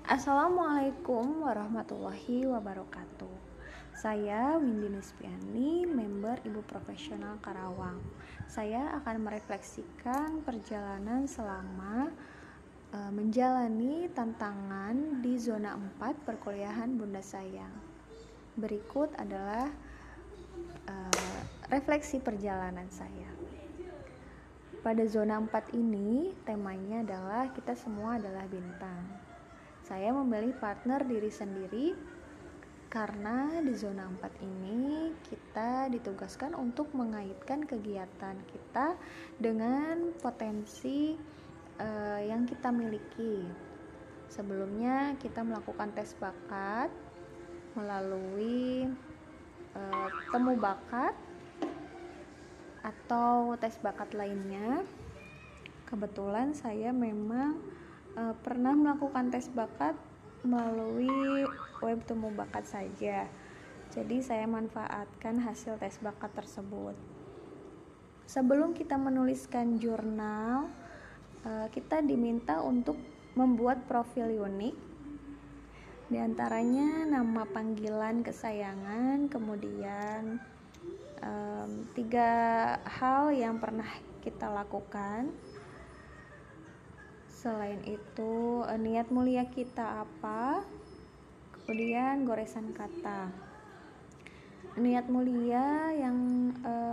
Assalamualaikum warahmatullahi wabarakatuh. Saya Windy Nispiani, member Ibu Profesional Karawang. Saya akan merefleksikan perjalanan selama menjalani tantangan di zona 4 perkuliahan Bunda Sayang. Berikut adalah refleksi perjalanan saya. Pada zona 4 ini, temanya adalah kita semua adalah bintang. Saya memilih partner diri sendiri karena di zona 4 ini kita ditugaskan untuk mengaitkan kegiatan kita dengan potensi yang kita miliki. Sebelumnya kita melakukan tes bakat melalui temu bakat atau tes bakat lainnya. Kebetulan saya memang pernah melakukan tes bakat melalui web temu bakat saja. Jadi saya manfaatkan hasil tes bakat tersebut. Sebelum kita menuliskan jurnal, kita diminta untuk membuat profil unik. Di antaranya nama panggilan kesayangan, kemudian 3 hal yang pernah kita lakukan. Selain itu, niat mulia kita apa? Kemudian goresan kata. Niat mulia yang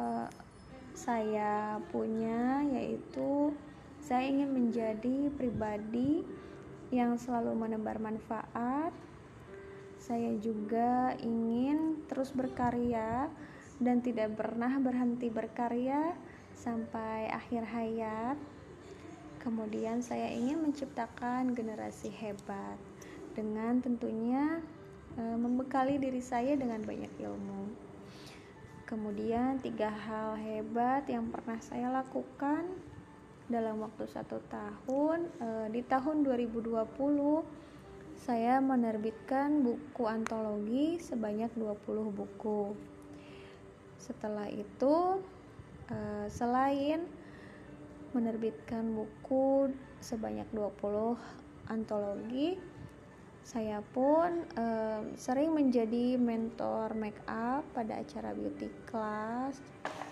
saya punya yaitu saya ingin menjadi pribadi yang selalu menebar manfaat. Saya juga ingin terus berkarya dan tidak pernah berhenti berkarya sampai akhir hayat. Kemudian saya ingin menciptakan generasi hebat dengan tentunya membekali diri saya dengan banyak ilmu. Kemudian 3 hal hebat yang pernah saya lakukan dalam waktu 1 tahun. Di tahun 2020 saya menerbitkan buku antologi sebanyak 20 buku. Setelah itu, selain menerbitkan buku sebanyak 20 antologi, saya pun sering menjadi mentor make up pada acara beauty class.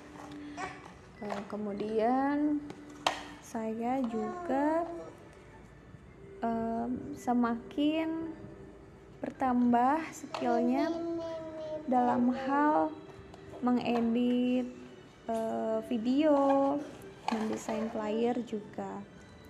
Kemudian saya juga semakin bertambah skillnya dalam hal mengedit video, mendesain flyer juga.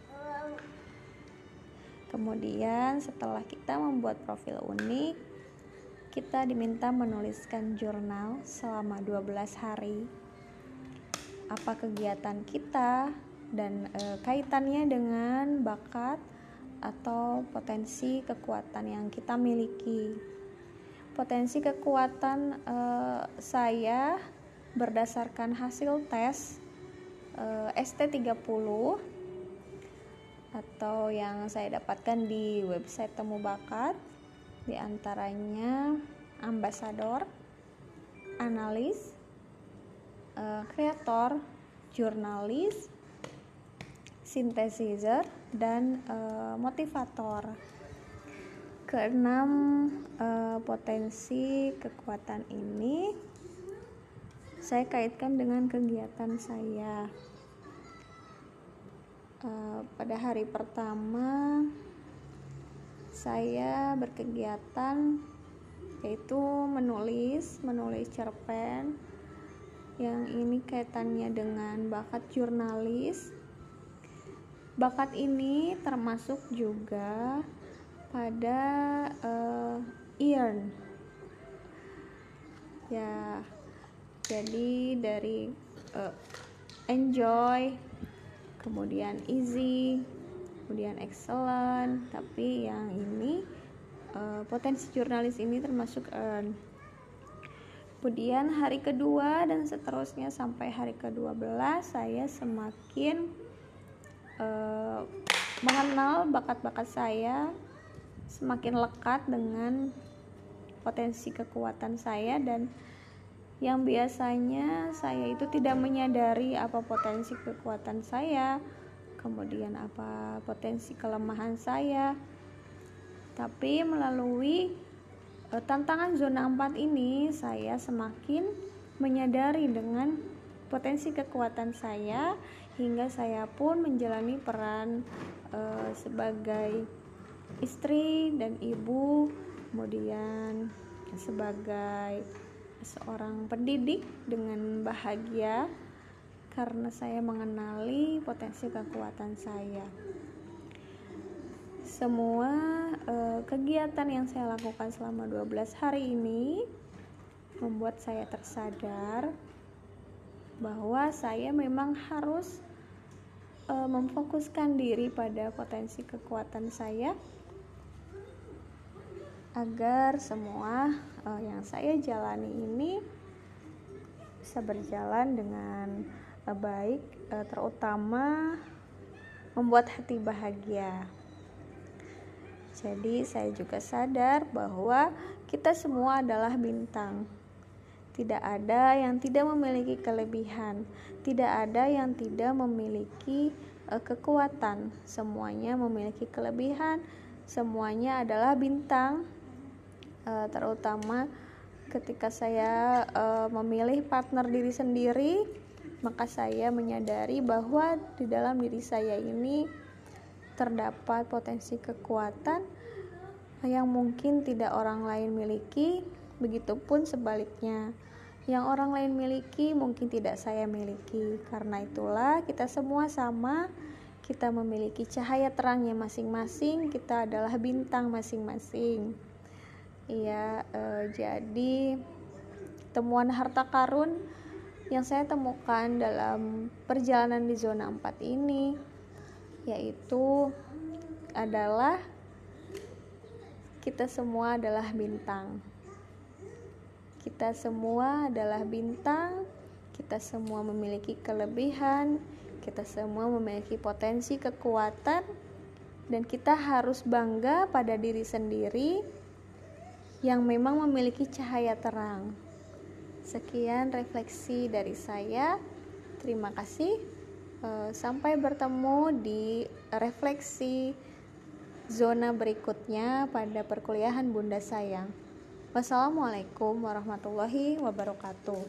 Kemudian setelah kita membuat profil unik, kita diminta menuliskan jurnal selama 12 hari. Apa kegiatan kita dan kaitannya dengan bakat atau potensi kekuatan yang kita miliki. Potensi kekuatan saya berdasarkan hasil tes ST30 atau yang saya dapatkan di website temu bakat, di antaranya ambasador, analis, kreator, jurnalis, sintesizer, dan motivator. Keenam potensi kekuatan ini saya kaitkan dengan kegiatan saya. Pada hari pertama saya berkegiatan yaitu menulis cerpen. Yang ini kaitannya dengan bakat jurnalis. Bakat ini termasuk juga pada earn. Ya, jadi dari enjoy, kemudian easy, kemudian excellent, tapi yang ini potensi jurnalis ini termasuk earn. Kemudian hari kedua dan seterusnya sampai hari ke-12 saya semakin mengenal bakat-bakat saya, semakin lekat dengan potensi kekuatan saya, dan yang biasanya saya itu tidak menyadari apa potensi kekuatan saya, kemudian apa potensi kelemahan saya. Tapi melalui tantangan zona 4 ini, saya semakin menyadari dengan potensi kekuatan saya, hingga saya pun menjalani peran sebagai istri dan ibu, kemudian sebagai seorang pendidik dengan bahagia karena saya mengenali potensi kekuatan saya. Semua kegiatan yang saya lakukan selama 12 hari ini membuat saya tersadar bahwa saya memang harus memfokuskan diri pada potensi kekuatan saya agar semua yang saya jalani ini bisa berjalan dengan baik, terutama membuat hati bahagia. Jadi saya juga sadar bahwa kita semua adalah bintang. Tidak ada yang tidak memiliki kelebihan, tidak ada yang tidak memiliki kekuatan. Semuanya memiliki kelebihan, semuanya adalah bintang. Terutama ketika saya memilih partner diri sendiri, maka saya menyadari bahwa di dalam diri saya ini terdapat potensi kekuatan yang mungkin tidak orang lain miliki, begitupun sebaliknya. Yang orang lain miliki mungkin tidak saya miliki. Karena itulah kita semua sama, kita memiliki cahaya terangnya masing-masing, kita adalah bintang masing-masing. Jadi temuan harta karun yang saya temukan dalam perjalanan di zona 4 ini yaitu adalah kita semua adalah bintang. Kita semua adalah bintang, kita semua memiliki kelebihan, kita semua memiliki potensi kekuatan, dan kita harus bangga pada diri sendiri yang memang memiliki cahaya terang. Sekian refleksi dari saya. Terima kasih. Sampai bertemu di refleksi zona berikutnya pada perkuliahan Bunda Sayang. Wassalamualaikum warahmatullahi wabarakatuh.